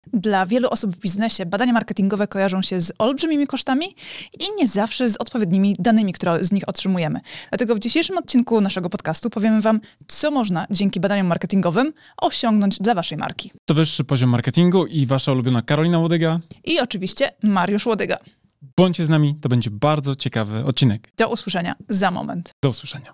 Dla wielu osób w biznesie badania marketingowe kojarzą się z olbrzymimi kosztami i nie zawsze z odpowiednimi danymi, które z nich otrzymujemy. Dlatego w dzisiejszym odcinku naszego podcastu powiemy wam, co można dzięki badaniom marketingowym osiągnąć dla waszej marki. To wyższy poziom marketingu i wasza ulubiona Karolina Łodyga. I oczywiście Mariusz Łodyga. Bądźcie z nami, to będzie bardzo ciekawy odcinek. Do usłyszenia za moment. Do usłyszenia.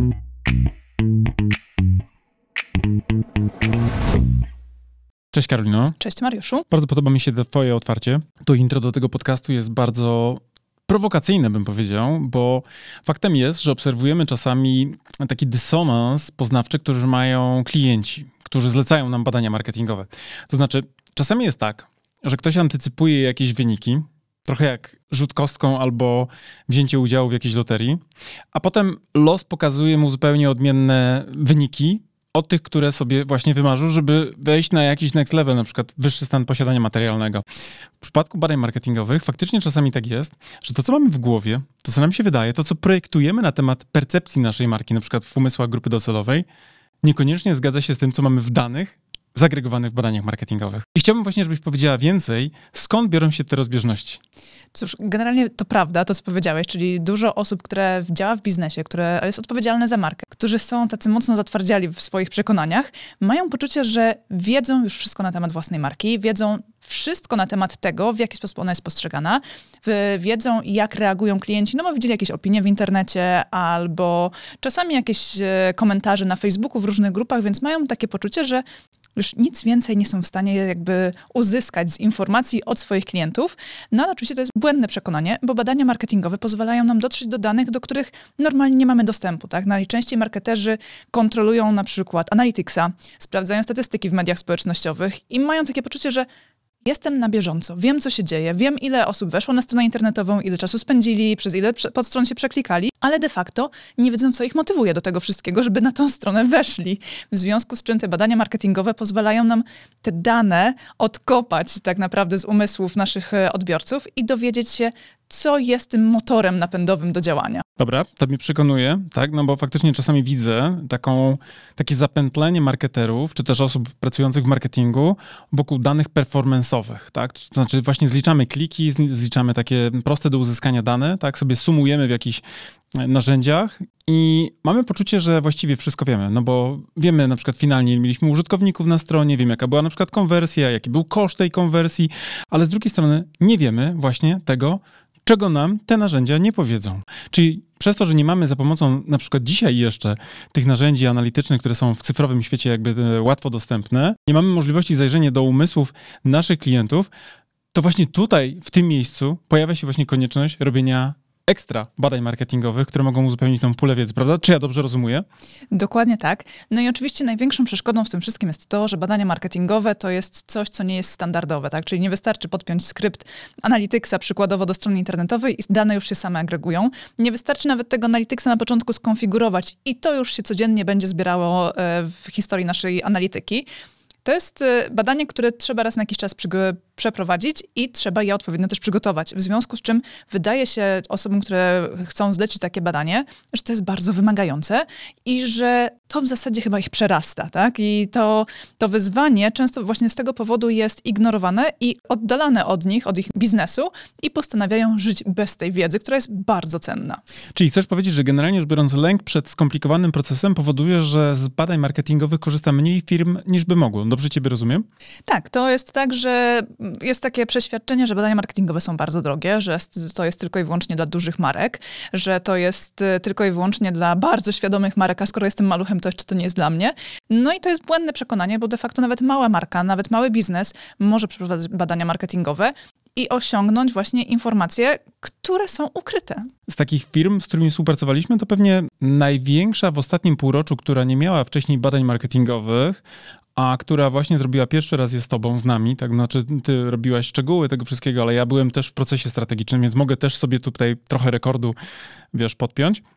Cześć Karolino. Cześć Mariuszu. Bardzo podoba mi się twoje otwarcie. To intro do tego podcastu jest bardzo prowokacyjne, bym powiedział, bo faktem jest, że obserwujemy czasami taki dysonans poznawczy, który mają klienci, którzy zlecają nam badania marketingowe. To znaczy, czasami jest tak, że ktoś antycypuje jakieś wyniki, trochę jak rzut kostką albo wzięcie udziału w jakiejś loterii, a potem los pokazuje mu zupełnie odmienne wyniki od tych, które sobie właśnie wymarzył, żeby wejść na jakiś next level, na przykład wyższy stan posiadania materialnego. W przypadku badań marketingowych faktycznie czasami tak jest, że to, co mamy w głowie, to, co nam się wydaje, to, co projektujemy na temat percepcji naszej marki, na przykład w umysłach grupy docelowej, niekoniecznie zgadza się z tym, co mamy w danych zagregowanych w badaniach marketingowych. I chciałbym właśnie, żebyś powiedziała więcej, skąd biorą się te rozbieżności. Cóż, generalnie to prawda, to co powiedziałeś, czyli dużo osób, które działa w biznesie, które jest odpowiedzialne za markę, którzy są tacy mocno zatwardziali w swoich przekonaniach, mają poczucie, że wiedzą już wszystko na temat własnej marki, wiedzą wszystko na temat tego, w jaki sposób ona jest postrzegana, wiedzą, jak reagują klienci, no bo widzieli jakieś opinie w internecie albo czasami jakieś komentarze na Facebooku w różnych grupach, więc mają takie poczucie, że już nic więcej nie są w stanie jakby uzyskać z informacji od swoich klientów. No ale oczywiście to jest błędne przekonanie, bo badania marketingowe pozwalają nam dotrzeć do danych, do których normalnie nie mamy dostępu. Tak? Najczęściej marketerzy kontrolują na przykład Analyticsa, sprawdzają statystyki w mediach społecznościowych i mają takie poczucie, że jestem na bieżąco, wiem co się dzieje, wiem ile osób weszło na stronę internetową, ile czasu spędzili, przez ile podstron się przeklikali, ale de facto nie wiedzą, co ich motywuje do tego wszystkiego, żeby na tą stronę weszli. W związku z czym te badania marketingowe pozwalają nam te dane odkopać tak naprawdę z umysłów naszych odbiorców i dowiedzieć się, co jest tym motorem napędowym do działania. Dobra, to mnie przekonuje, tak? No bo faktycznie czasami widzę takie zapętlenie marketerów, czy też osób pracujących w marketingu wokół danych performance'owych, tak? To znaczy właśnie zliczamy kliki, zliczamy takie proste do uzyskania dane, tak? Sobie sumujemy w jakichś narzędziach i mamy poczucie, że właściwie wszystko wiemy, no bo wiemy na przykład finalnie, ile mieliśmy użytkowników na stronie, wiemy jaka była na przykład konwersja, jaki był koszt tej konwersji, ale z drugiej strony nie wiemy właśnie tego, czego nam te narzędzia nie powiedzą. Czyli przez to, że nie mamy za pomocą na przykład dzisiaj jeszcze tych narzędzi analitycznych, które są w cyfrowym świecie jakby łatwo dostępne, nie mamy możliwości zajrzenia do umysłów naszych klientów, to właśnie tutaj, w tym miejscu pojawia się właśnie konieczność robienia ekstra badań marketingowych, które mogą uzupełnić tą pulę wiedzy, prawda? Czy ja dobrze rozumuję? Dokładnie tak. No i oczywiście największą przeszkodą w tym wszystkim jest to, że badania marketingowe to jest coś, co nie jest standardowe, tak? Czyli nie wystarczy podpiąć skrypt Analyticsa przykładowo do strony internetowej i dane już się same agregują. Nie wystarczy nawet tego Analyticsa na początku skonfigurować i to już się codziennie będzie zbierało w historii naszej analityki. To jest badanie, które trzeba raz na jakiś czas przeprowadzić i trzeba je odpowiednio też przygotować. W związku z czym wydaje się osobom, które chcą zlecić takie badanie, że to jest bardzo wymagające i że to w zasadzie chyba ich przerasta, tak? I to wyzwanie często właśnie z tego powodu jest ignorowane i oddalane od nich, od ich biznesu i postanawiają żyć bez tej wiedzy, która jest bardzo cenna. Czyli chcesz powiedzieć, że generalnie rzecz biorąc lęk przed skomplikowanym procesem powoduje, że z badań marketingowych korzysta mniej firm niż by mogło. Dobrze ciebie rozumiem? Tak, to jest tak, że jest takie przeświadczenie, że badania marketingowe są bardzo drogie, że to jest tylko i wyłącznie dla dużych marek, że to jest tylko i wyłącznie dla bardzo świadomych marek, a skoro jestem maluchem, to jeszcze to nie jest dla mnie. No i to jest błędne przekonanie, bo de facto nawet mała marka, nawet mały biznes może przeprowadzać badania marketingowe i osiągnąć właśnie informacje, które są ukryte. Z takich firm, z którymi współpracowaliśmy, to pewnie największa w ostatnim półroczu, która nie miała wcześniej badań marketingowych, a która właśnie zrobiła pierwszy raz je z tobą, z nami, tak, znaczy ty robiłaś szczegóły tego wszystkiego, ale ja byłem też w procesie strategicznym, więc mogę też sobie tutaj trochę rekordu, podpiąć.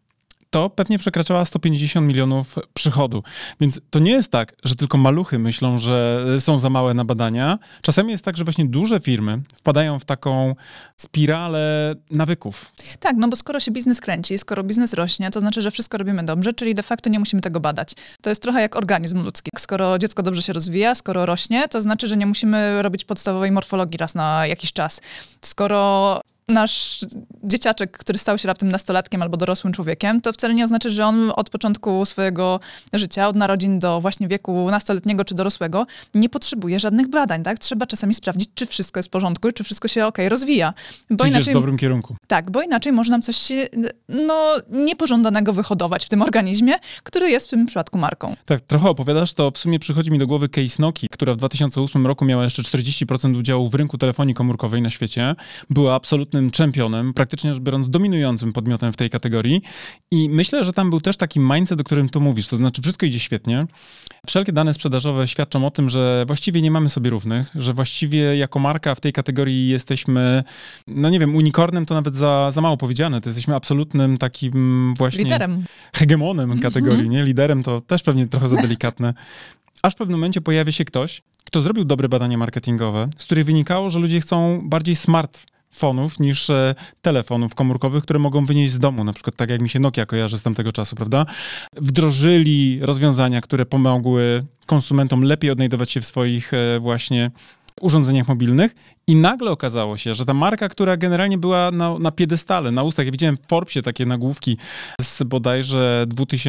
to pewnie przekraczała 150 milionów przychodu. Więc to nie jest tak, że tylko maluchy myślą, że są za małe na badania. Czasami jest tak, że właśnie duże firmy wpadają w taką spiralę nawyków. Tak, no bo skoro się biznes kręci, skoro biznes rośnie, to znaczy, że wszystko robimy dobrze, czyli de facto nie musimy tego badać. To jest trochę jak organizm ludzki. Skoro dziecko dobrze się rozwija, skoro rośnie, to znaczy, że nie musimy robić podstawowej morfologii raz na jakiś czas. Skoro nasz dzieciaczek, który stał się raptem nastolatkiem albo dorosłym człowiekiem, to wcale nie oznacza, że on od początku swojego życia, od narodzin do właśnie wieku nastoletniego czy dorosłego, nie potrzebuje żadnych badań, tak? Trzeba czasami sprawdzić, czy wszystko jest w porządku, czy wszystko się rozwija. Bo inaczej, idziesz w dobrym kierunku. Tak, bo inaczej może nam coś niepożądanego wyhodować w tym organizmie, który jest w tym przypadku marką. Tak, trochę opowiadasz, to w sumie przychodzi mi do głowy case Nokii, która w 2008 roku miała jeszcze 40% udziału w rynku telefonii komórkowej na świecie. Była absolutnym czempionem, praktycznie rzecz biorąc dominującym podmiotem w tej kategorii i myślę, że tam był też taki mindset, o którym tu mówisz, to znaczy wszystko idzie świetnie. Wszelkie dane sprzedażowe świadczą o tym, że właściwie nie mamy sobie równych, że właściwie jako marka w tej kategorii jesteśmy, no nie wiem, unicornem to nawet za mało powiedziane, to jesteśmy absolutnym takim właśnie liderem, hegemonem kategorii, nie? Liderem to też pewnie trochę za delikatne. Aż w pewnym momencie pojawia się ktoś, kto zrobił dobre badania marketingowe, z których wynikało, że ludzie chcą bardziej smartfonów niż telefonów komórkowych, które mogą wynieść z domu, na przykład tak jak mi się Nokia kojarzy z tamtego czasu, prawda? Wdrożyli rozwiązania, które pomogły konsumentom lepiej odnajdować się w swoich właśnie urządzeniach mobilnych i nagle okazało się, że ta marka, która generalnie była na piedestale, na ustach, ja widziałem w Forbesie takie nagłówki z bodajże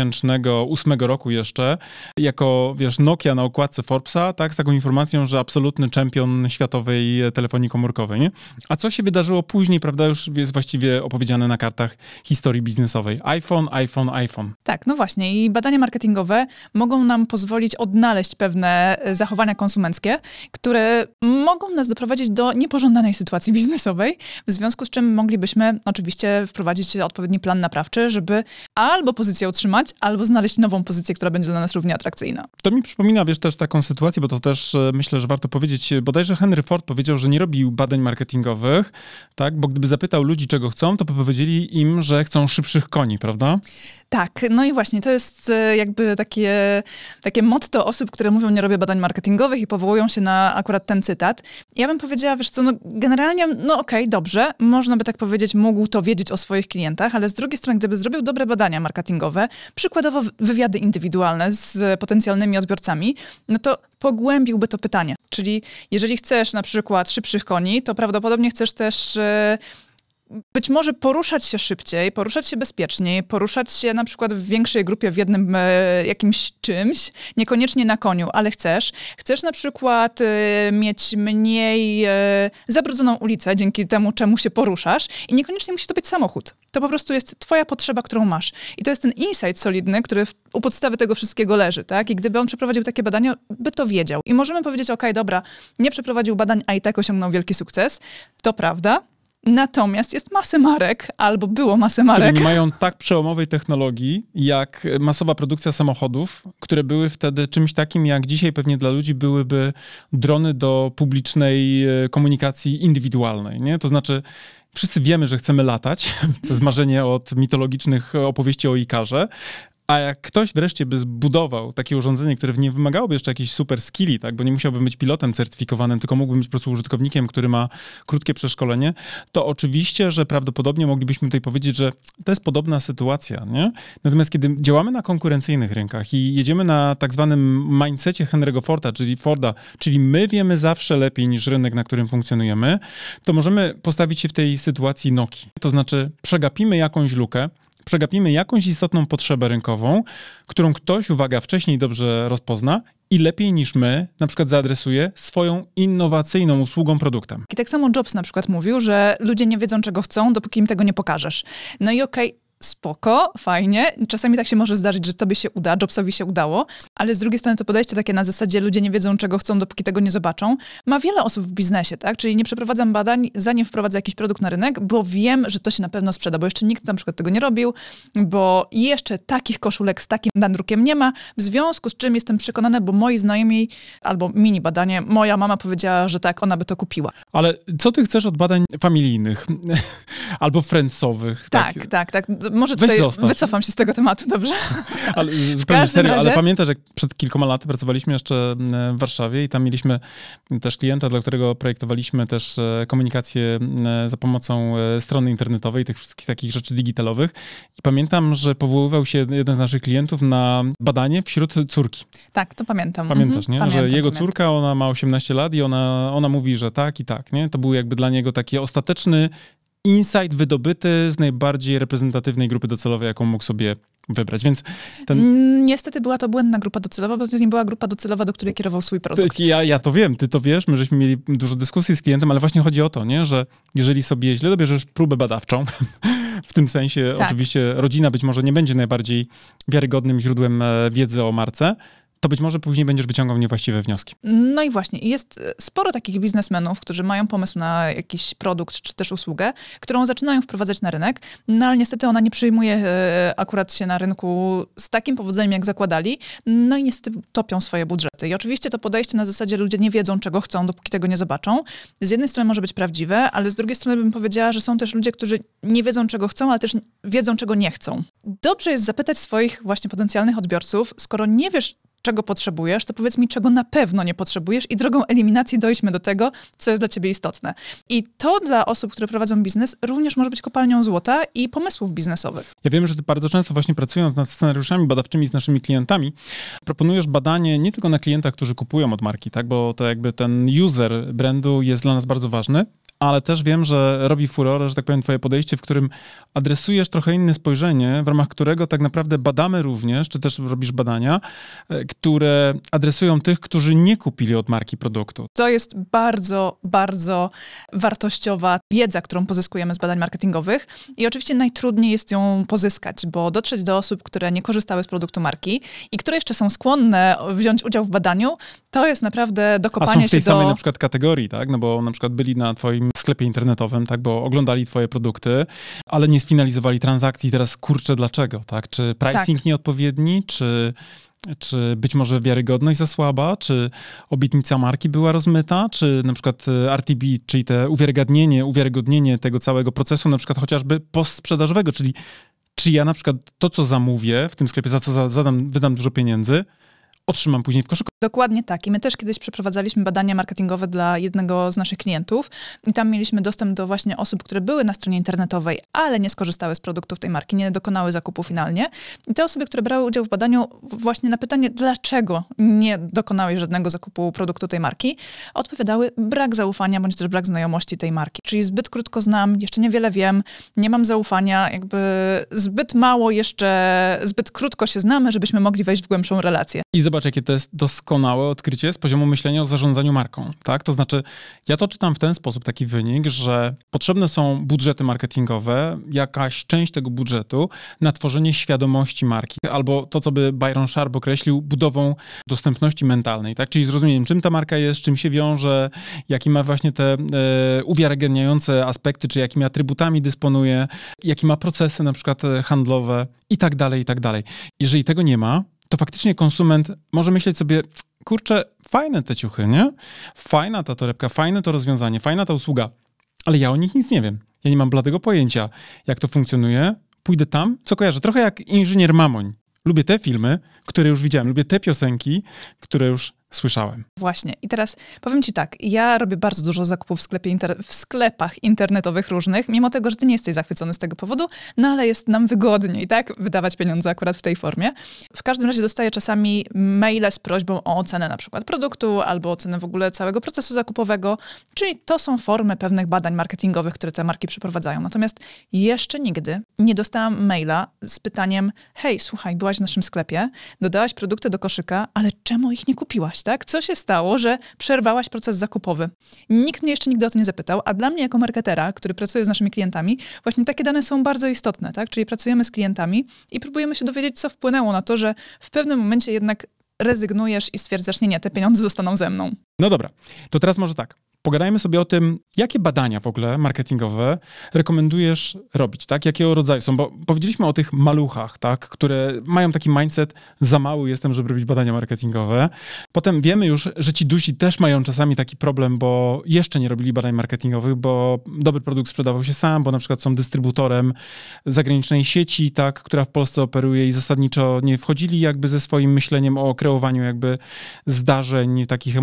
2008 roku jeszcze, jako, wiesz, Nokia na okładce Forbesa, tak, z taką informacją, że absolutny czempion światowej telefonii komórkowej, nie? A co się wydarzyło później, prawda, już jest właściwie opowiedziane na kartach historii biznesowej. iPhone. Tak, no właśnie i badania marketingowe mogą nam pozwolić odnaleźć pewne zachowania konsumenckie, które mogą nas doprowadzić do niepożądanej sytuacji biznesowej, w związku z czym moglibyśmy oczywiście wprowadzić odpowiedni plan naprawczy, żeby albo pozycję utrzymać, albo znaleźć nową pozycję, która będzie dla nas równie atrakcyjna. To mi przypomina, wiesz, też taką sytuację, bo to też myślę, że warto powiedzieć, bodajże Henry Ford powiedział, że nie robił badań marketingowych, tak, bo gdyby zapytał ludzi, czego chcą, to by powiedzieli im, że chcą szybszych koni, prawda? Tak, no i właśnie to jest jakby takie motto osób, które mówią, nie robię badań marketingowych i powołują się na akurat ten cytat. Ja bym powiedziała, wiesz co, no generalnie, no okej, dobrze, można by tak powiedzieć, mógł to wiedzieć o swoich klientach, ale z drugiej strony, gdyby zrobił dobre badania marketingowe, przykładowo wywiady indywidualne z potencjalnymi odbiorcami, no to pogłębiłby to pytanie. Czyli jeżeli chcesz na przykład szybszych koni, to prawdopodobnie chcesz też być może poruszać się szybciej, poruszać się bezpieczniej, poruszać się na przykład w większej grupie w jednym jakimś czymś, niekoniecznie na koniu, ale chcesz na przykład mieć mniej zabrudzoną ulicę dzięki temu, czemu się poruszasz i niekoniecznie musi to być samochód. To po prostu jest twoja potrzeba, którą masz. I to jest ten insight solidny, który u podstawy tego wszystkiego leży, tak? I gdyby on przeprowadził takie badania, by to wiedział. I możemy powiedzieć, okej, dobra, nie przeprowadził badań, a i tak osiągnął wielki sukces. To prawda. Natomiast jest masę marek, albo było masę marek, które nie mają tak przełomowej technologii, jak masowa produkcja samochodów, które były wtedy czymś takim, jak dzisiaj pewnie dla ludzi byłyby drony do publicznej komunikacji indywidualnej, nie? To znaczy, wszyscy wiemy, że chcemy latać, to jest marzenie od mitologicznych opowieści o Ikarze, a jak ktoś wreszcie by zbudował takie urządzenie, które nie wymagałoby jeszcze jakichś super skilli, tak, bo nie musiałby być pilotem certyfikowanym, tylko mógłby być po prostu użytkownikiem, który ma krótkie przeszkolenie, to oczywiście, że prawdopodobnie moglibyśmy tutaj powiedzieć, że to jest podobna sytuacja, nie? Natomiast kiedy działamy na konkurencyjnych rynkach i jedziemy na tak zwanym mindsetie Henry'ego Forda, czyli my wiemy zawsze lepiej niż rynek, na którym funkcjonujemy, to możemy postawić się w tej sytuacji Nokii. To znaczy przegapimy jakąś lukę, przegapimy jakąś istotną potrzebę rynkową, którą ktoś, uwaga, wcześniej dobrze rozpozna i lepiej niż my na przykład zaadresuje swoją innowacyjną usługą, produktem. I tak samo Jobs na przykład mówił, że ludzie nie wiedzą, czego chcą, dopóki im tego nie pokażesz. No i okej, spoko, fajnie. Czasami tak się może zdarzyć, że tobie się uda, Jobsowi się udało, ale z drugiej strony to podejście takie na zasadzie ludzie nie wiedzą, czego chcą, dopóki tego nie zobaczą, ma wiele osób w biznesie, tak? Czyli nie przeprowadzam badań, zanim wprowadzę jakiś produkt na rynek, bo wiem, że to się na pewno sprzeda, bo jeszcze nikt na przykład tego nie robił, bo jeszcze takich koszulek z takim nadrukiem nie ma, w związku z czym jestem przekonana, bo moi znajomi, albo mini badanie, moja mama powiedziała, że tak, ona by to kupiła. Ale co ty chcesz od badań familijnych albo friendsowych? Tak. może tutaj wycofam się z tego tematu, dobrze? Ale zupełnie serio, razie... ale pamiętasz, jak przed kilkoma laty pracowaliśmy jeszcze w Warszawie i tam mieliśmy też klienta, dla którego projektowaliśmy też komunikację za pomocą strony internetowej, tych wszystkich takich rzeczy digitalowych. I pamiętam, że powoływał się jeden z naszych klientów na badanie wśród córki. Tak, to pamiętam. Pamiętasz, nie? Że jego córka, ona ma 18 lat i ona mówi, że tak i tak, nie? To był jakby dla niego taki ostateczny insight wydobyty z najbardziej reprezentatywnej grupy docelowej, jaką mógł sobie wybrać, więc Niestety była to błędna grupa docelowa, bo to nie była grupa docelowa, do której kierował swój produkt. Ja to wiem, ty to wiesz, my żeśmy mieli dużo dyskusji z klientem, ale właśnie chodzi o to, nie? Że jeżeli sobie źle dobierzesz próbę badawczą, w tym sensie oczywiście rodzina być może nie będzie najbardziej wiarygodnym źródłem wiedzy o marce, to być może później będziesz wyciągał niewłaściwe wnioski. No i właśnie, jest sporo takich biznesmenów, którzy mają pomysł na jakiś produkt czy też usługę, którą zaczynają wprowadzać na rynek, no ale niestety ona nie przyjmuje akurat się na rynku z takim powodzeniem, jak zakładali, no i niestety topią swoje budżety. I oczywiście to podejście na zasadzie ludzie nie wiedzą, czego chcą, dopóki tego nie zobaczą. Z jednej strony może być prawdziwe, ale z drugiej strony bym powiedziała, że są też ludzie, którzy nie wiedzą, czego chcą, ale też wiedzą, czego nie chcą. Dobrze jest zapytać swoich właśnie potencjalnych odbiorców, skoro nie wiesz, czego potrzebujesz, to powiedz mi, czego na pewno nie potrzebujesz i drogą eliminacji dojdźmy do tego, co jest dla ciebie istotne. I to dla osób, które prowadzą biznes, również może być kopalnią złota i pomysłów biznesowych. Ja wiem, że ty bardzo często właśnie pracując nad scenariuszami badawczymi z naszymi klientami, proponujesz badanie nie tylko na klientach, którzy kupują od marki, tak? Bo to jakby ten user brandu jest dla nas bardzo ważny, ale też wiem, że robi furorę, że tak powiem, twoje podejście, w którym adresujesz trochę inne spojrzenie, w ramach którego tak naprawdę badamy również, czy też robisz badania, które adresują tych, którzy nie kupili od marki produktu. To jest bardzo, bardzo wartościowa wiedza, którą pozyskujemy z badań marketingowych i oczywiście najtrudniej jest ją pozyskać, bo dotrzeć do osób, które nie korzystały z produktu marki i które jeszcze są skłonne wziąć udział w badaniu, to jest naprawdę dokopanie się do... A są w tej samej na przykład kategorii, tak? No bo na przykład byli na twoim sklepie internetowym, tak? Bo oglądali twoje produkty, ale nie sfinalizowali transakcji. Teraz kurczę, dlaczego, tak? Czy pricing nieodpowiedni, czy być może wiarygodność za słaba, czy obietnica marki była rozmyta, czy na przykład RTB, czyli te uwiarygodnienie tego całego procesu, na przykład chociażby postsprzedażowego, czyli czy ja na przykład to, co zamówię w tym sklepie, za co wydam dużo pieniędzy, otrzymam później w koszyku. Dokładnie tak. I my też kiedyś przeprowadzaliśmy badania marketingowe dla jednego z naszych klientów i tam mieliśmy dostęp do właśnie osób, które były na stronie internetowej, ale nie skorzystały z produktów tej marki, nie dokonały zakupu finalnie. I te osoby, które brały udział w badaniu właśnie na pytanie, dlaczego nie dokonały żadnego zakupu produktu tej marki, odpowiadały brak zaufania, bądź też brak znajomości tej marki. Czyli zbyt krótko znam, jeszcze niewiele wiem, nie mam zaufania, jakby zbyt mało jeszcze, zbyt krótko się znamy, żebyśmy mogli wejść w głębszą relację. I zobacz, jakie to jest doskonałe odkrycie z poziomu myślenia o zarządzaniu marką, tak? To znaczy, ja to czytam w ten sposób, taki wynik, że potrzebne są budżety marketingowe, jakaś część tego budżetu na tworzenie świadomości marki, albo to, co by Byron Sharp określił budową dostępności mentalnej, tak? Czyli zrozumieniem, czym ta marka jest, czym się wiąże, jaki ma właśnie te uwiarygadniające aspekty, czy jakimi atrybutami dysponuje, jakie ma procesy na przykład handlowe i tak dalej, i tak dalej. Jeżeli tego nie ma, to faktycznie konsument może myśleć sobie, kurczę, fajne te ciuchy, nie? Fajna ta torebka, fajne to rozwiązanie, fajna ta usługa, ale ja o nich nic nie wiem. Ja nie mam bladego pojęcia, jak to funkcjonuje. Pójdę tam, co kojarzę. Trochę jak inżynier Mamoń. Lubię te filmy, które już widziałem. Lubię te piosenki, które już słyszałem. Właśnie. I teraz powiem ci tak, ja robię bardzo dużo zakupów w sklepach internetowych różnych, mimo tego, że ty nie jesteś zachwycony z tego powodu, no ale jest nam wygodniej, tak, wydawać pieniądze akurat w tej formie. W każdym razie dostaję czasami maile z prośbą o ocenę na przykład produktu albo ocenę w ogóle całego procesu zakupowego, czyli to są formy pewnych badań marketingowych, które te marki przeprowadzają. Natomiast jeszcze nigdy nie dostałam maila z pytaniem, hej, słuchaj, byłaś w naszym sklepie, dodałaś produkty do koszyka, ale czemu ich nie kupiłaś? Tak? Co się stało, że przerwałaś proces zakupowy? Nikt mnie jeszcze nigdy o to nie zapytał, a dla mnie jako marketera, który pracuje z naszymi klientami, właśnie takie dane są bardzo istotne, tak? Czyli pracujemy z klientami i próbujemy się dowiedzieć, co wpłynęło na to, że w pewnym momencie jednak rezygnujesz i stwierdzasz, nie, te pieniądze zostaną ze mną. No dobra, to teraz może tak. Pogadajmy sobie o tym, jakie badania w ogóle marketingowe rekomendujesz robić, tak? Jakiego rodzaju są? Bo powiedzieliśmy o tych maluchach, tak? Które mają taki mindset, za mały jestem, żeby robić badania marketingowe. Potem wiemy już, że ci duzi też mają czasami taki problem, bo jeszcze nie robili badań marketingowych, bo dobry produkt sprzedawał się sam, bo na przykład są dystrybutorem zagranicznej sieci, tak? Która w Polsce operuje i zasadniczo nie wchodzili jakby ze swoim myśleniem o kreowaniu jakby zdarzeń takich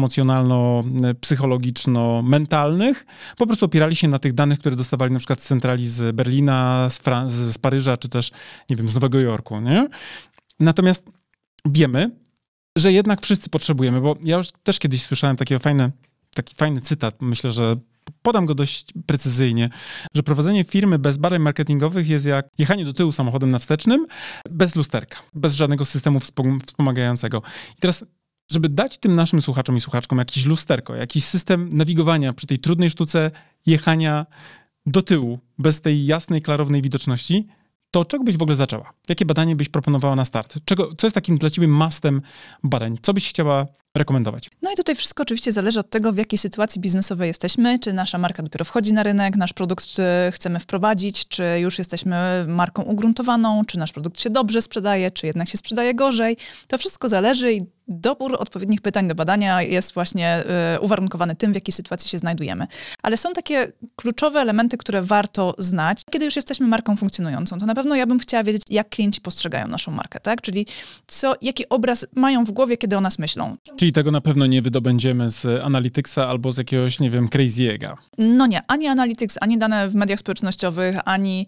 emocjonalno-psychologiczno-mentalnych. Po prostu opierali się na tych danych, które dostawali na przykład z centrali z Berlina, z Paryża, czy też, nie wiem, z Nowego Jorku, nie? Natomiast wiemy, że jednak wszyscy potrzebujemy, bo ja już też kiedyś słyszałem taki fajny cytat, myślę, że podam go dość precyzyjnie, że prowadzenie firmy bez badań marketingowych jest jak jechanie do tyłu samochodem na wstecznym, bez lusterka, bez żadnego systemu wspomagającego. I teraz, żeby dać tym naszym słuchaczom i słuchaczkom jakieś lusterko, jakiś system nawigowania przy tej trudnej sztuce jechania do tyłu, bez tej jasnej, klarownej widoczności, to od czego byś w ogóle zaczęła? Jakie badanie byś proponowała na start? Co jest takim dla ciebie mastem badań? Co byś chciała rekomendować? No i tutaj wszystko oczywiście zależy od tego, w jakiej sytuacji biznesowej jesteśmy, czy nasza marka dopiero wchodzi na rynek, nasz produkt chcemy wprowadzić, czy już jesteśmy marką ugruntowaną, czy nasz produkt się dobrze sprzedaje, czy jednak się sprzedaje gorzej. To wszystko zależy i dobór odpowiednich pytań do badania jest właśnie uwarunkowany tym, w jakiej sytuacji się znajdujemy. Ale są takie kluczowe elementy, które warto znać. Kiedy już jesteśmy marką funkcjonującą, to na pewno ja bym chciała wiedzieć, jak klienci postrzegają naszą markę, tak? Czyli jaki obraz mają w głowie, kiedy o nas myślą. Czyli tego na pewno nie wydobędziemy z Analyticsa albo z jakiegoś, nie wiem, Crazy'ego. No nie, ani Analytics, ani dane w mediach społecznościowych, ani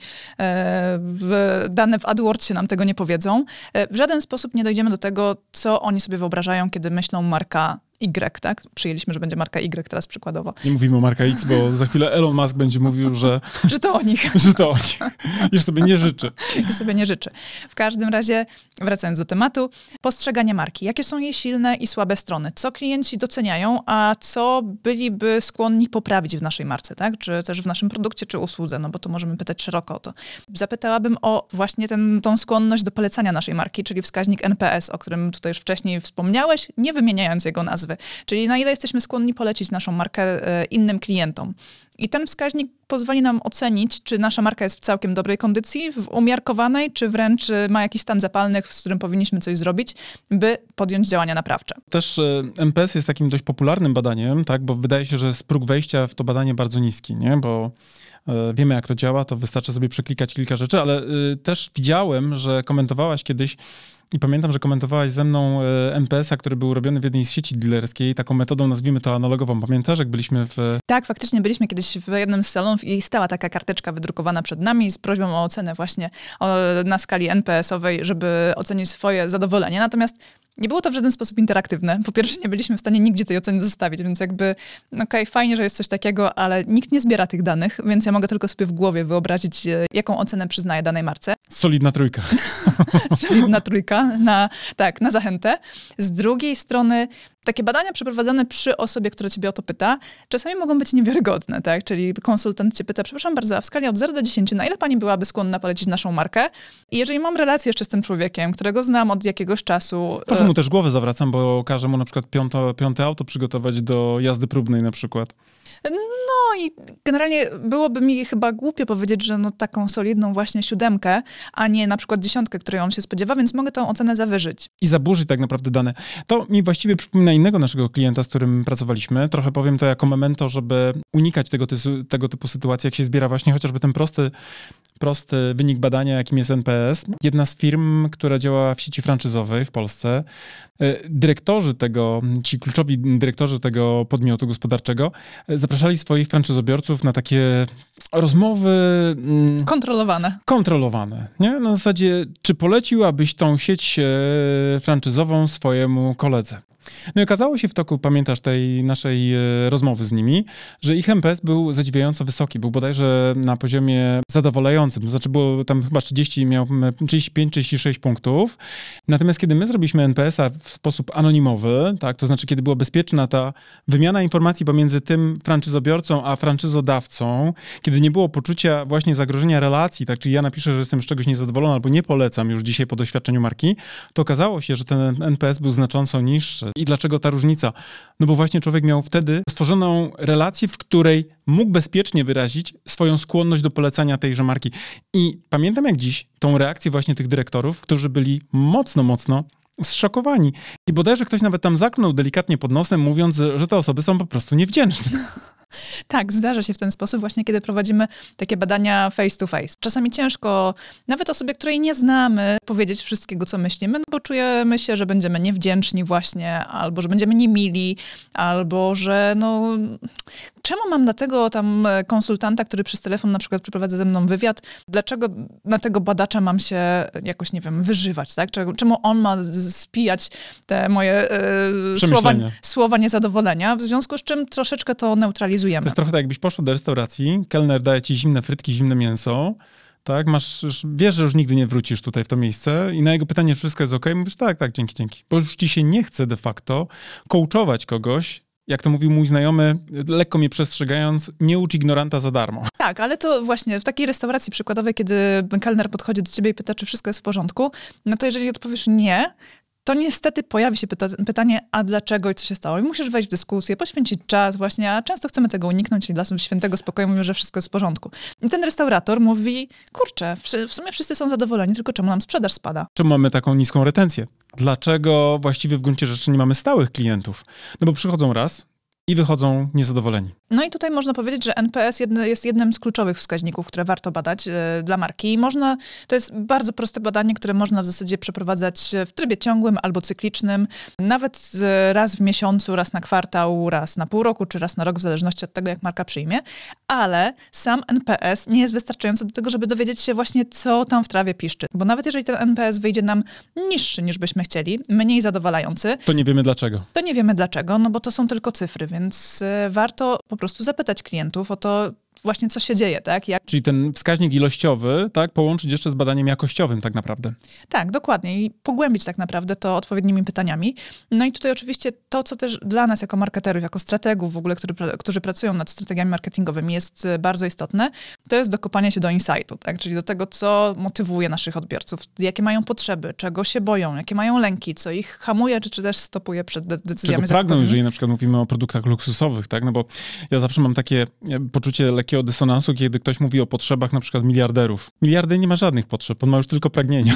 dane w AdWordsie nam tego nie powiedzą. W żaden sposób nie dojdziemy do tego, co oni sobie wyobrażają, kiedy myślą marka Y, tak? Przyjęliśmy, że będzie marka Y teraz przykładowo. Nie mówimy o marka X, bo za chwilę Elon Musk będzie mówił, że to o nich. Że to o nich. Już sobie nie życzy. Już sobie nie życzy. W każdym razie, wracając do tematu, postrzeganie marki. Jakie są jej silne i słabe strony? Co klienci doceniają, a co byliby skłonni poprawić w naszej marce, tak? Czy też w naszym produkcie, czy usłudze, no bo to możemy pytać szeroko o to. Zapytałabym o właśnie tą skłonność do polecania naszej marki, czyli wskaźnik NPS, o którym tutaj już wcześniej wspomniałeś, nie wymieniając jego nazwy. Czyli na ile jesteśmy skłonni polecić naszą markę innym klientom. I ten wskaźnik pozwoli nam ocenić, czy nasza marka jest w całkiem dobrej kondycji, w umiarkowanej, czy wręcz ma jakiś stan zapalny, z którym powinniśmy coś zrobić, by podjąć działania naprawcze. Też NPS jest takim dość popularnym badaniem, tak? Bo wydaje się, że jest próg wejścia w to badanie bardzo niski, nie? Bo wiemy, jak to działa, to wystarczy sobie przeklikać kilka rzeczy, ale też widziałem, że komentowałaś kiedyś i pamiętam, że komentowałaś ze mną NPS-a, który był robiony w jednej z sieci dealerskiej, taką metodą, nazwijmy to analogową. Pamiętasz, jak byliśmy Tak, faktycznie byliśmy kiedyś w jednym z salonów i stała taka karteczka wydrukowana przed nami z prośbą o ocenę właśnie na skali NPS-owej, żeby ocenić swoje zadowolenie. Natomiast nie było to w żaden sposób interaktywne. Po pierwsze, nie byliśmy w stanie nigdzie tej oceny zostawić, więc jakby okej, fajnie, że jest coś takiego, ale nikt nie zbiera tych danych, więc ja mogę tylko sobie w głowie wyobrazić, jaką ocenę przyznaję danej marce. Solidna trójka. Solidna trójka, na zachętę. Z drugiej strony takie badania przeprowadzone przy osobie, która ciebie o to pyta, czasami mogą być niewiarygodne, tak? Czyli konsultant cię pyta, przepraszam bardzo, a w skali od 0 do 10, na ile pani byłaby skłonna polecić naszą markę? I jeżeli mam relację jeszcze z tym człowiekiem, którego znam od jakiegoś czasu... Trochę mu też głowę zawracam, bo każę mu na przykład piąte auto przygotować do jazdy próbnej na przykład. No i generalnie byłoby mi chyba głupio powiedzieć, że taką solidną właśnie 7, a nie na przykład 10, której on się spodziewa, więc mogę tą ocenę zawyżyć. I zaburzyć tak naprawdę dane. To mi właściwie przypomina innego naszego klienta, z którym pracowaliśmy. Trochę powiem to jako memento, żeby unikać tego typu sytuacji, jak się zbiera właśnie chociażby ten prosty wynik badania, jakim jest NPS. Jedna z firm, która działa w sieci franczyzowej w Polsce, ci kluczowi dyrektorzy tego podmiotu gospodarczego zapraszali swoich franczyzobiorców na takie rozmowy... Kontrolowane, nie? Na zasadzie, czy poleciłabyś tą sieć franczyzową swojemu koledze? No i okazało się w toku, pamiętasz, tej naszej rozmowy z nimi, że ich NPS był zadziwiająco wysoki. Był bodajże na poziomie zadowalającym. To znaczy było tam chyba 35-36 punktów. Natomiast kiedy my zrobiliśmy NPS-a w sposób anonimowy, tak, to znaczy kiedy była bezpieczna ta wymiana informacji pomiędzy tym franczyzobiorcą a franczyzodawcą, kiedy nie było poczucia właśnie zagrożenia relacji, tak, czyli ja napiszę, że jestem z czegoś niezadowolony albo nie polecam już dzisiaj po doświadczeniu marki, to okazało się, że ten NPS był znacząco niższy marketingowe. I dlaczego ta różnica? No bo właśnie człowiek miał wtedy stworzoną relację, w której mógł bezpiecznie wyrazić swoją skłonność do polecania tejże marki. I pamiętam jak dziś tą reakcję właśnie tych dyrektorów, którzy byli mocno zszokowani. I bodajże ktoś nawet tam zaklnął delikatnie pod nosem, mówiąc, że te osoby są po prostu niewdzięczne. Tak, zdarza się w ten sposób właśnie, kiedy prowadzimy takie badania face to face. Czasami ciężko, nawet osobie, której nie znamy, powiedzieć wszystkiego, co myślimy, no bo czujemy się, że będziemy niewdzięczni właśnie, albo że będziemy niemili, albo że no... Czemu mam na tego tam konsultanta, który przez telefon na przykład przeprowadza ze mną wywiad, dlaczego na tego badacza mam się jakoś, nie wiem, wyżywać, tak? Czemu on ma spijać te moje słowa niezadowolenia, w związku z czym troszeczkę to neutralizujemy. To jest trochę tak, jakbyś poszła do restauracji, kelner daje ci zimne frytki, zimne mięso, tak, wiesz, że już nigdy nie wrócisz tutaj w to miejsce i na jego pytanie, czy wszystko jest okej, mówisz tak, dzięki. Bo już ci się nie chce de facto coachować kogoś, jak to mówił mój znajomy, lekko mnie przestrzegając, nie ucz ignoranta za darmo. Tak, ale to właśnie w takiej restauracji przykładowej, kiedy kelner podchodzi do ciebie i pyta, czy wszystko jest w porządku, no to jeżeli odpowiesz nie, to niestety pojawi się pytanie, a dlaczego i co się stało? I musisz wejść w dyskusję, poświęcić czas właśnie, a często chcemy tego uniknąć i dla świętego spokoju mówimy, że wszystko jest w porządku. I ten restaurator mówi, kurczę, w sumie wszyscy są zadowoleni, tylko czemu nam sprzedaż spada? Czemu mamy taką niską retencję? Dlaczego właściwie w gruncie rzeczy nie mamy stałych klientów? No bo przychodzą raz i wychodzą niezadowoleni. No i tutaj można powiedzieć, że NPS jest jednym z kluczowych wskaźników, które warto badać dla marki. I to jest bardzo proste badanie, które można w zasadzie przeprowadzać w trybie ciągłym albo cyklicznym, nawet raz w miesiącu, raz na kwartał, raz na pół roku, czy raz na rok, w zależności od tego, jak marka przyjmie. Ale sam NPS nie jest wystarczający do tego, żeby dowiedzieć się właśnie, co tam w trawie piszczy. Bo nawet jeżeli ten NPS wyjdzie nam niższy, niż byśmy chcieli, mniej zadowalający, to nie wiemy dlaczego. To nie wiemy dlaczego, no bo to są tylko cyfry, więc warto po prostu zapytać klientów o to właśnie, co się dzieje, tak? Czyli ten wskaźnik ilościowy, tak, połączyć jeszcze z badaniem jakościowym tak naprawdę. Tak, dokładnie. I pogłębić tak naprawdę to odpowiednimi pytaniami. No i tutaj oczywiście to, co też dla nas jako marketerów, jako strategów w ogóle, którzy pracują nad strategiami marketingowymi jest bardzo istotne, to jest dokopanie się do insightu, tak? Czyli do tego, co motywuje naszych odbiorców, jakie mają potrzeby, czego się boją, jakie mają lęki, co ich hamuje, czy też stopuje przed decyzjami czego pragną, jeżeli na przykład mówimy o produktach luksusowych, tak? No bo ja zawsze mam takie poczucie lekkiego dysonansu, kiedy ktoś mówi o potrzebach na przykład miliarderów. Miliarder nie ma żadnych potrzeb, on ma już tylko pragnienia.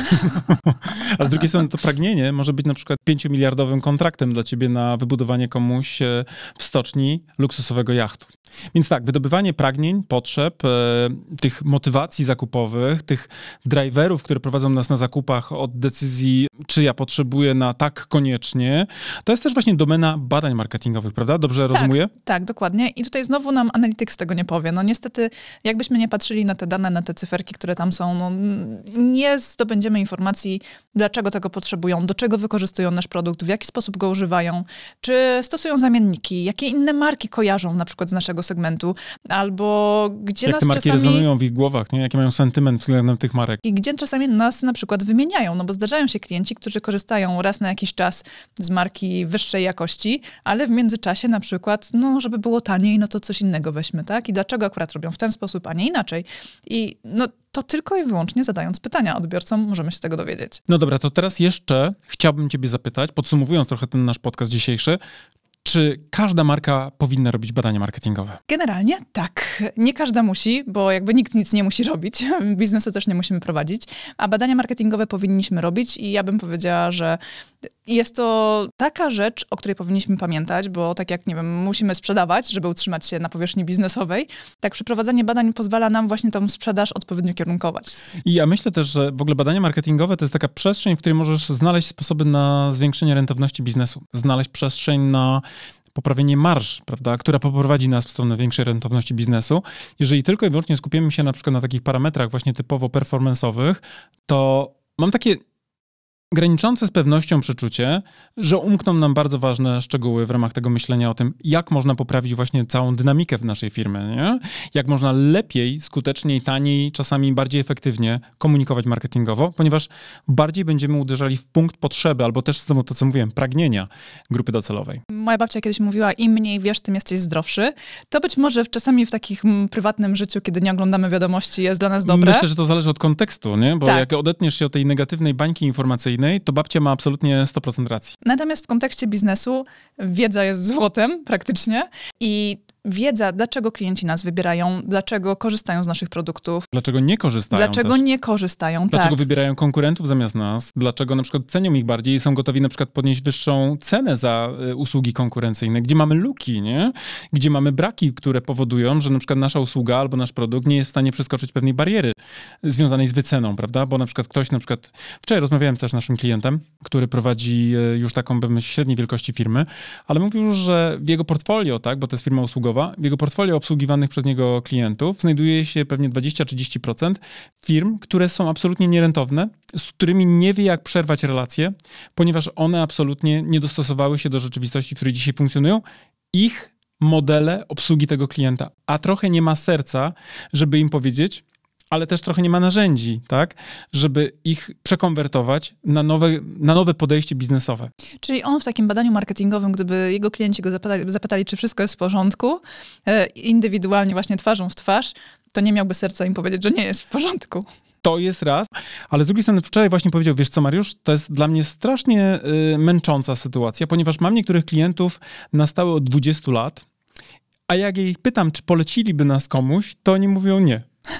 A z drugiej strony to pragnienie może być na przykład 5-miliardowym kontraktem dla ciebie na wybudowanie komuś w stoczni luksusowego jachtu. Więc tak, wydobywanie pragnień, potrzeb, tych motywacji zakupowych, tych driverów, które prowadzą nas na zakupach od decyzji, czy ja potrzebuję na tak koniecznie, to jest też właśnie domena badań marketingowych, prawda? Dobrze rozumuję? Tak, dokładnie. I tutaj znowu nam Analytics tego nie powie. No niestety, jakbyśmy nie patrzyli na te dane, na te cyferki, które tam są, no, nie zdobędziemy informacji, dlaczego tego potrzebują, do czego wykorzystują nasz produkt, w jaki sposób go używają, czy stosują zamienniki, jakie inne marki kojarzą na przykład z naszego segmentu, albo gdzie jak nas te marki czasami... rezonują w ich głowach, nie? Jaki mają sentyment względem tych marek. I gdzie czasami nas na przykład wymieniają, no bo zdarzają się klienci, którzy korzystają raz na jakiś czas z marki wyższej jakości, ale w międzyczasie na przykład, no żeby było taniej, no to coś innego weźmy, tak? I dlaczego akurat robią w ten sposób, a nie inaczej? I no to tylko i wyłącznie zadając pytania odbiorcom możemy się tego dowiedzieć. No dobra, to teraz jeszcze chciałbym ciebie zapytać, podsumowując trochę ten nasz podcast dzisiejszy, czy każda marka powinna robić badania marketingowe? Generalnie tak. Nie każda musi, bo jakby nikt nic nie musi robić. Biznesu też nie musimy prowadzić, a badania marketingowe powinniśmy robić i ja bym powiedziała, że jest to taka rzecz, o której powinniśmy pamiętać, bo tak jak, nie wiem, musimy sprzedawać, żeby utrzymać się na powierzchni biznesowej, tak przeprowadzanie badań pozwala nam właśnie tą sprzedaż odpowiednio kierunkować. I ja myślę też, że w ogóle badania marketingowe to jest taka przestrzeń, w której możesz znaleźć sposoby na zwiększenie rentowności biznesu, znaleźć przestrzeń na poprawienie marż, prawda, która poprowadzi nas w stronę większej rentowności biznesu. Jeżeli tylko i wyłącznie skupimy się na przykład na takich parametrach właśnie typowo performance'owych, to mam takie graniczące z pewnością przeczucie, że umkną nam bardzo ważne szczegóły w ramach tego myślenia o tym, jak można poprawić właśnie całą dynamikę w naszej firmie, nie? Jak można lepiej, skuteczniej, taniej, czasami bardziej efektywnie komunikować marketingowo, ponieważ bardziej będziemy uderzali w punkt potrzeby, albo też znowu to, co mówiłem, pragnienia grupy docelowej. Moja babcia kiedyś mówiła, im mniej wiesz, tym jesteś zdrowszy. To być może czasami w takim prywatnym życiu, kiedy nie oglądamy wiadomości, jest dla nas dobre. Myślę, że to zależy od kontekstu, nie? Bo jak odetniesz się od tej negatywnej bańki informacyjnej, innej, to babcia ma absolutnie 100% racji. Natomiast w kontekście biznesu wiedza jest złotem praktycznie i wiedza, dlaczego klienci nas wybierają, dlaczego korzystają z naszych produktów. Dlaczego nie korzystają Dlaczego też? nie korzystają, Dlaczego tak. wybierają konkurentów zamiast nas? Dlaczego na przykład cenią ich bardziej i są gotowi na przykład podnieść wyższą cenę za usługi konkurencyjne? Gdzie mamy luki, nie? Gdzie mamy braki, które powodują, że na przykład nasza usługa albo nasz produkt nie jest w stanie przeskoczyć pewnej bariery związanej z wyceną, prawda? Bo na przykład ktoś, wczoraj rozmawiałem też z naszym klientem, który prowadzi już taką średniej wielkości firmy, ale mówił, że w jego portfolio, tak, bo to jest firma usługowa, w jego portfolio obsługiwanych przez niego klientów znajduje się pewnie 20-30% firm, które są absolutnie nierentowne, z którymi nie wie, jak przerwać relacje, ponieważ one absolutnie nie dostosowały się do rzeczywistości, w której dzisiaj funkcjonują. Ich modele obsługi tego klienta, a trochę nie ma serca, żeby im powiedzieć, ale też trochę nie ma narzędzi, tak, żeby ich przekonwertować na nowe podejście biznesowe. Czyli on w takim badaniu marketingowym, gdyby jego klienci go zapytali, czy wszystko jest w porządku, indywidualnie właśnie twarzą w twarz, to nie miałby serca im powiedzieć, że nie jest w porządku. To jest raz, ale z drugiej strony wczoraj właśnie powiedział, wiesz co Mariusz, to jest dla mnie strasznie męcząca sytuacja, ponieważ mam niektórych klientów na stałe od 20 lat, a jak ich pytam, czy poleciliby nas komuś, to oni mówią nie.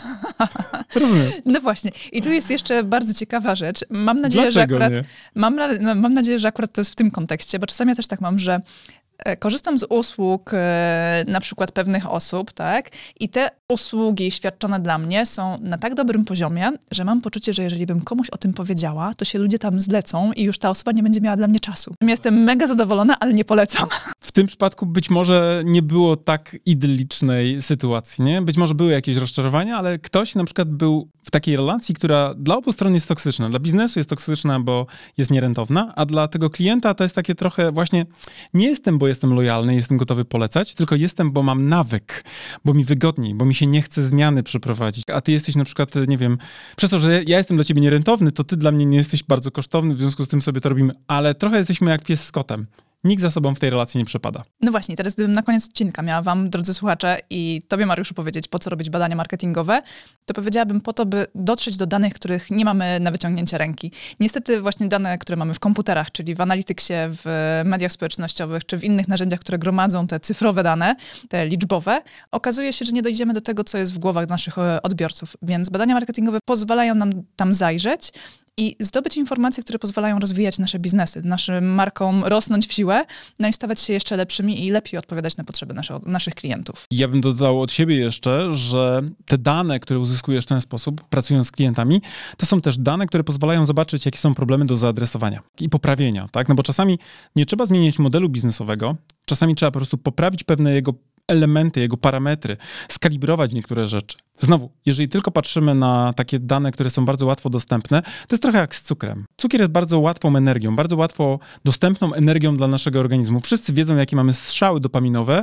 Rozumiem. No właśnie. I tu jest jeszcze bardzo ciekawa rzecz. Mam nadzieję, Dlaczego że akurat, nie? mam nadzieję, że akurat to jest w tym kontekście, bo czasami ja też tak mam, że korzystam z usług na przykład pewnych osób, tak? I te usługi świadczone dla mnie są na tak dobrym poziomie, że mam poczucie, że jeżeli bym komuś o tym powiedziała, to się ludzie tam zlecą i już ta osoba nie będzie miała dla mnie czasu. Jestem mega zadowolona, ale nie polecam. W tym przypadku być może nie było tak idyllicznej sytuacji, nie? Być może były jakieś rozczarowania, ale ktoś na przykład był w takiej relacji, która dla obu stron jest toksyczna. Dla biznesu jest toksyczna, bo jest nierentowna, a dla tego klienta to jest takie trochę właśnie, nie jestem, bo jestem lojalny, jestem gotowy polecać, tylko jestem, bo mam nawyk, bo mi wygodniej, bo mi się nie chce zmiany przeprowadzić. A ty jesteś na przykład, nie wiem, przez to, że ja jestem dla ciebie nierentowny, to ty dla mnie nie jesteś bardzo kosztowny, w związku z tym sobie to robimy, ale trochę jesteśmy jak pies z kotem. Nikt za sobą w tej relacji nie przepada. No właśnie, teraz gdybym na koniec odcinka miała wam, drodzy słuchacze, i tobie, Mariuszu, powiedzieć, po co robić badania marketingowe, to powiedziałabym po to, by dotrzeć do danych, których nie mamy na wyciągnięcie ręki. Niestety właśnie dane, które mamy w komputerach, czyli w Analyticsie, w mediach społecznościowych, czy w innych narzędziach, które gromadzą te cyfrowe dane, te liczbowe, okazuje się, że nie dojdziemy do tego, co jest w głowach naszych odbiorców. Więc badania marketingowe pozwalają nam tam zajrzeć i zdobyć informacje, które pozwalają rozwijać nasze biznesy, naszym markom rosnąć w siłę, no i stawać się jeszcze lepszymi i lepiej odpowiadać na potrzeby naszych klientów. Ja bym dodał od siebie jeszcze, że te dane, które uzyskujesz w ten sposób, pracując z klientami, to są też dane, które pozwalają zobaczyć, jakie są problemy do zaadresowania i poprawienia, tak? No bo czasami nie trzeba zmieniać modelu biznesowego, czasami trzeba po prostu poprawić pewne jego elementy, jego parametry, skalibrować niektóre rzeczy. Znowu, jeżeli tylko patrzymy na takie dane, które są bardzo łatwo dostępne, to jest trochę jak z cukrem. Cukier jest bardzo łatwą energią, bardzo łatwo dostępną energią dla naszego organizmu. Wszyscy wiedzą, jakie mamy strzały dopaminowe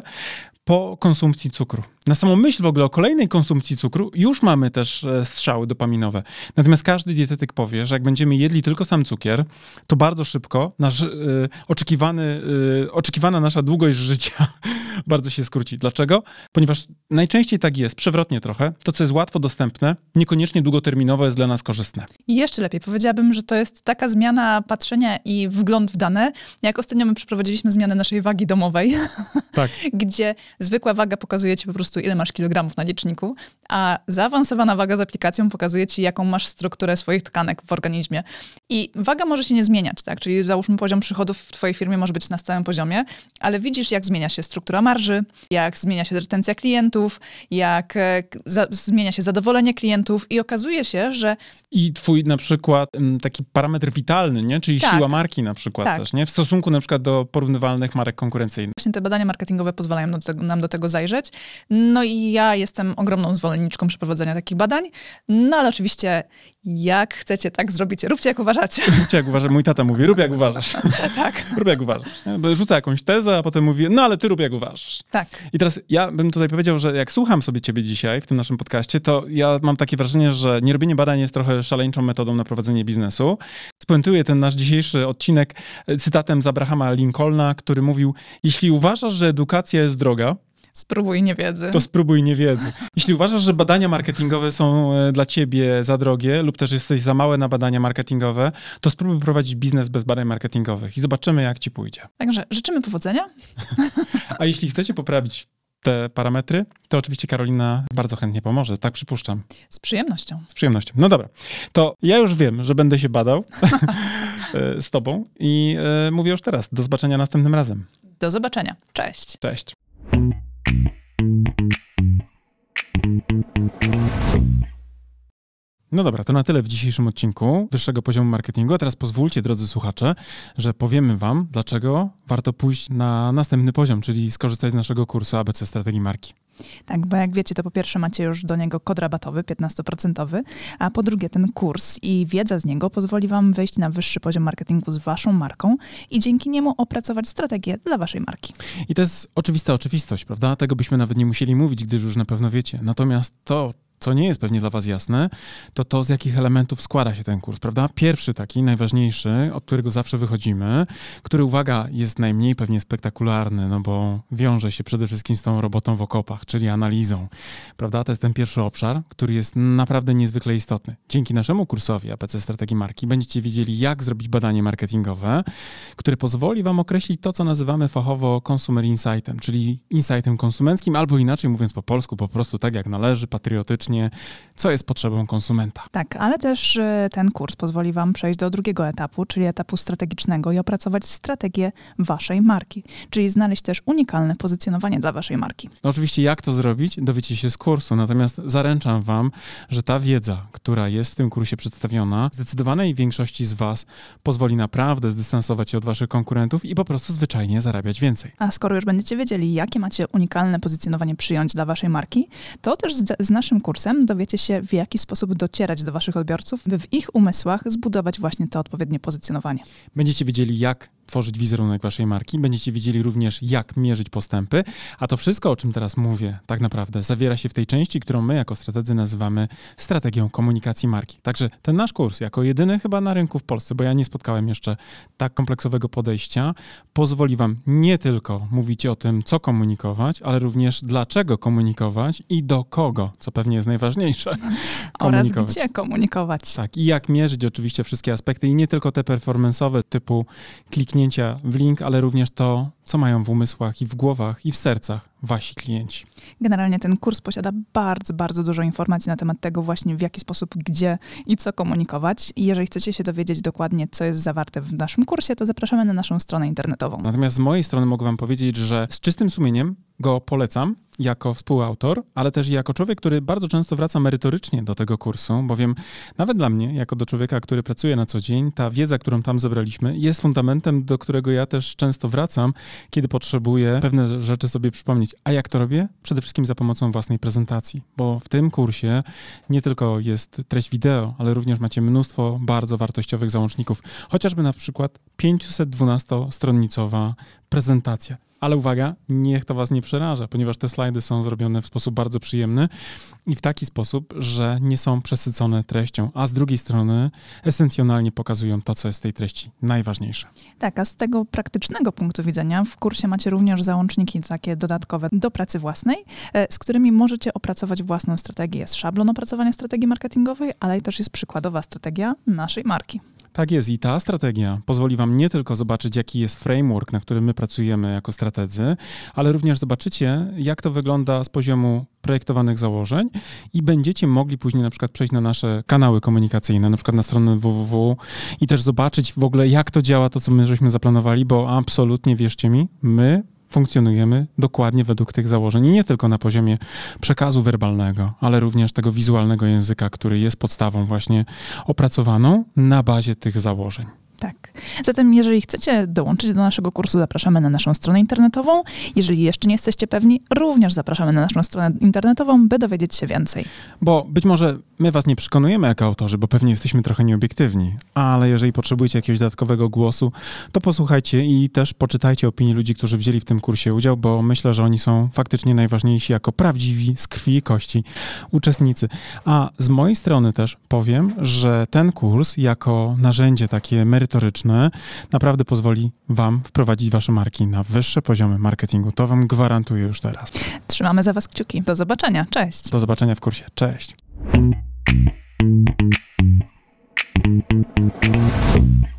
po konsumpcji cukru. Na samą myśl w ogóle o kolejnej konsumpcji cukru już mamy też strzały dopaminowe. Natomiast każdy dietetyk powie, że jak będziemy jedli tylko sam cukier, to bardzo szybko nasz oczekiwana nasza długość życia bardzo się skróci. Dlaczego? Ponieważ najczęściej tak jest, przewrotnie trochę, to co jest łatwo dostępne, niekoniecznie długoterminowo jest dla nas korzystne. I jeszcze lepiej, powiedziałabym, że to jest taka zmiana patrzenia i wgląd w dane, jak ostatnio my przeprowadziliśmy zmianę naszej wagi domowej, Tak. gdzie zwykła waga pokazuje ci po prostu, ile masz kilogramów na liczniku, a zaawansowana waga z aplikacją pokazuje ci, jaką masz strukturę swoich tkanek w organizmie. I waga może się nie zmieniać, tak? Czyli załóżmy poziom przychodów w twojej firmie może być na stałym poziomie, ale widzisz, jak zmienia się struktura marży, jak zmienia się retencja klientów, jak zmienia się zadowolenie klientów i okazuje się, że I twój na przykład taki parametr witalny, nie? Czyli Tak. siła marki na przykład też, nie? W stosunku na przykład do porównywalnych marek konkurencyjnych. właśnie te badania marketingowe pozwalają nam do tego zajrzeć. No i ja jestem ogromną zwolenniczką przeprowadzenia takich badań. No ale oczywiście, jak chcecie tak zrobić, róbcie jak uważacie. Róbcie jak uważasz. Mój tata mówi, rób jak uważasz. Tak, Rób jak uważasz. Nie? Bo rzuca jakąś tezę, a potem mówi, no ale ty rób jak uważasz. tak. I teraz ja bym tutaj powiedział, że jak słucham sobie ciebie dzisiaj w tym naszym podcaście, to ja mam takie wrażenie, że nierobienie badań jest trochę szaleńczą metodą na prowadzenie biznesu. Spuentuję ten nasz dzisiejszy odcinek cytatem z Abrahama Lincolna, który mówił, jeśli uważasz, że edukacja jest droga, Spróbuj niewiedzy. To spróbuj niewiedzy. Jeśli uważasz, że badania marketingowe są dla ciebie za drogie lub też jesteś za małe na badania marketingowe, to spróbuj prowadzić biznes bez badań marketingowych i zobaczymy, jak ci pójdzie. Także życzymy powodzenia. A jeśli chcecie poprawić te parametry, to oczywiście Karolina bardzo chętnie pomoże, tak przypuszczam. Z przyjemnością. Z przyjemnością. No dobra, to ja już wiem, że będę się badał z tobą i mówię już teraz. Do zobaczenia następnym razem. Do zobaczenia. Cześć. Cześć. No dobra, to na tyle w dzisiejszym odcinku Wyższego Poziomu Marketingu. A teraz pozwólcie, drodzy słuchacze, że powiemy wam, dlaczego warto pójść na następny poziom, czyli skorzystać z naszego kursu ABC Strategii Marki. Tak, bo jak wiecie, to po pierwsze macie już do niego kod rabatowy 15%, a po drugie ten kurs i wiedza z niego pozwoli wam wejść na wyższy poziom marketingu z waszą marką i dzięki niemu opracować strategię dla waszej marki. I to jest oczywista oczywistość, prawda? Tego byśmy nawet nie musieli mówić, gdyż już na pewno wiecie. Natomiast to, co nie jest pewnie dla was jasne, to z jakich elementów składa się ten kurs, prawda? Pierwszy taki, najważniejszy, od którego zawsze wychodzimy, który, uwaga, jest najmniej pewnie spektakularny, no bo wiąże się przede wszystkim z tą robotą w okopach, czyli analizą, prawda? To jest ten pierwszy obszar, który jest naprawdę niezwykle istotny. Dzięki naszemu kursowi ABC Strategii Marki będziecie wiedzieli, jak zrobić badanie marketingowe, które pozwoli wam określić to, co nazywamy fachowo consumer insightem, czyli insightem konsumenckim, albo inaczej mówiąc po polsku, po prostu tak jak należy, patriotycznie, co jest potrzebą konsumenta. Tak, ale też ten kurs pozwoli wam przejść do drugiego etapu, czyli etapu strategicznego i opracować strategię waszej marki, czyli znaleźć też unikalne pozycjonowanie dla waszej marki. No oczywiście jak to zrobić, dowiecie się z kursu, natomiast zaręczam wam, że ta wiedza, która jest w tym kursie przedstawiona, zdecydowanej większości z was pozwoli naprawdę zdystansować się od waszych konkurentów i po prostu zwyczajnie zarabiać więcej. A skoro już będziecie wiedzieli, jakie macie unikalne pozycjonowanie przyjąć dla waszej marki, to też z naszym kursem dowiecie się, w jaki sposób docierać do waszych odbiorców, by w ich umysłach zbudować właśnie to odpowiednie pozycjonowanie. Będziecie wiedzieli, jak tworzyć wizerunek waszej marki, będziecie wiedzieli również, jak mierzyć postępy, a to wszystko, o czym teraz mówię, tak naprawdę zawiera się w tej części, którą my jako strategzy nazywamy strategią komunikacji marki. Także ten nasz kurs, jako jedyny chyba na rynku w Polsce, bo ja nie spotkałem jeszcze tak kompleksowego podejścia, pozwoli wam nie tylko mówić o tym, co komunikować, ale również dlaczego komunikować i do kogo, co pewnie jest najważniejsze, oraz gdzie komunikować. Tak, i jak mierzyć oczywiście wszystkie aspekty i nie tylko te performance'owe typu kliknięcia w link, ale również to, co mają w umysłach i w głowach i w sercach wasi klienci. Generalnie ten kurs posiada bardzo, bardzo dużo informacji na temat tego właśnie, w jaki sposób, gdzie i co komunikować. I jeżeli chcecie się dowiedzieć dokładnie, co jest zawarte w naszym kursie, to zapraszamy na naszą stronę internetową. Natomiast z mojej strony mogę wam powiedzieć, że z czystym sumieniem go polecam jako współautor, ale też jako człowiek, który bardzo często wraca merytorycznie do tego kursu, bowiem nawet dla mnie, jako do człowieka, który pracuje na co dzień, ta wiedza, którą tam zebraliśmy, jest fundamentem, do którego ja też często wracam, kiedy potrzebuję pewne rzeczy sobie przypomnieć. A jak to robię? Przede wszystkim za pomocą własnej prezentacji, bo w tym kursie nie tylko jest treść wideo, ale również macie mnóstwo bardzo wartościowych załączników, chociażby na przykład 512-stronnicowa prezentacja. Ale uwaga, niech to was nie przeraża, ponieważ te slajdy są zrobione w sposób bardzo przyjemny i w taki sposób, że nie są przesycone treścią, a z drugiej strony esencjonalnie pokazują to, co jest w tej treści najważniejsze. Tak, a z tego praktycznego punktu widzenia w kursie macie również załączniki takie dodatkowe do pracy własnej, z którymi możecie opracować własną strategię. Jest szablon opracowania strategii marketingowej, ale też jest przykładowa strategia naszej marki. Tak jest i ta strategia pozwoli wam nie tylko zobaczyć, jaki jest framework, na którym my pracujemy jako strategzy, ale również zobaczycie, jak to wygląda z poziomu projektowanych założeń i będziecie mogli później na przykład przejść na nasze kanały komunikacyjne, na przykład na stronę www i też zobaczyć w ogóle, jak to działa, to co my żeśmy zaplanowali, bo absolutnie, wierzcie mi, my funkcjonujemy dokładnie według tych założeń i nie tylko na poziomie przekazu werbalnego, ale również tego wizualnego języka, który jest podstawą właśnie opracowaną na bazie tych założeń. Tak. Zatem jeżeli chcecie dołączyć do naszego kursu, zapraszamy na naszą stronę internetową. Jeżeli jeszcze nie jesteście pewni, również zapraszamy na naszą stronę internetową, by dowiedzieć się więcej. Bo być może my was nie przekonujemy jako autorzy, bo pewnie jesteśmy trochę nieobiektywni, ale jeżeli potrzebujecie jakiegoś dodatkowego głosu, to posłuchajcie i też poczytajcie opinii ludzi, którzy wzięli w tym kursie udział, bo myślę, że oni są faktycznie najważniejsi jako prawdziwi, z krwi i kości uczestnicy. A z mojej strony też powiem, że ten kurs jako narzędzie takie merytoryczne merytoryczny, naprawdę pozwoli wam wprowadzić wasze marki na wyższe poziomy marketingu. To wam gwarantuję już teraz. Trzymamy za was kciuki. Do zobaczenia. Cześć. Do zobaczenia w kursie. Cześć.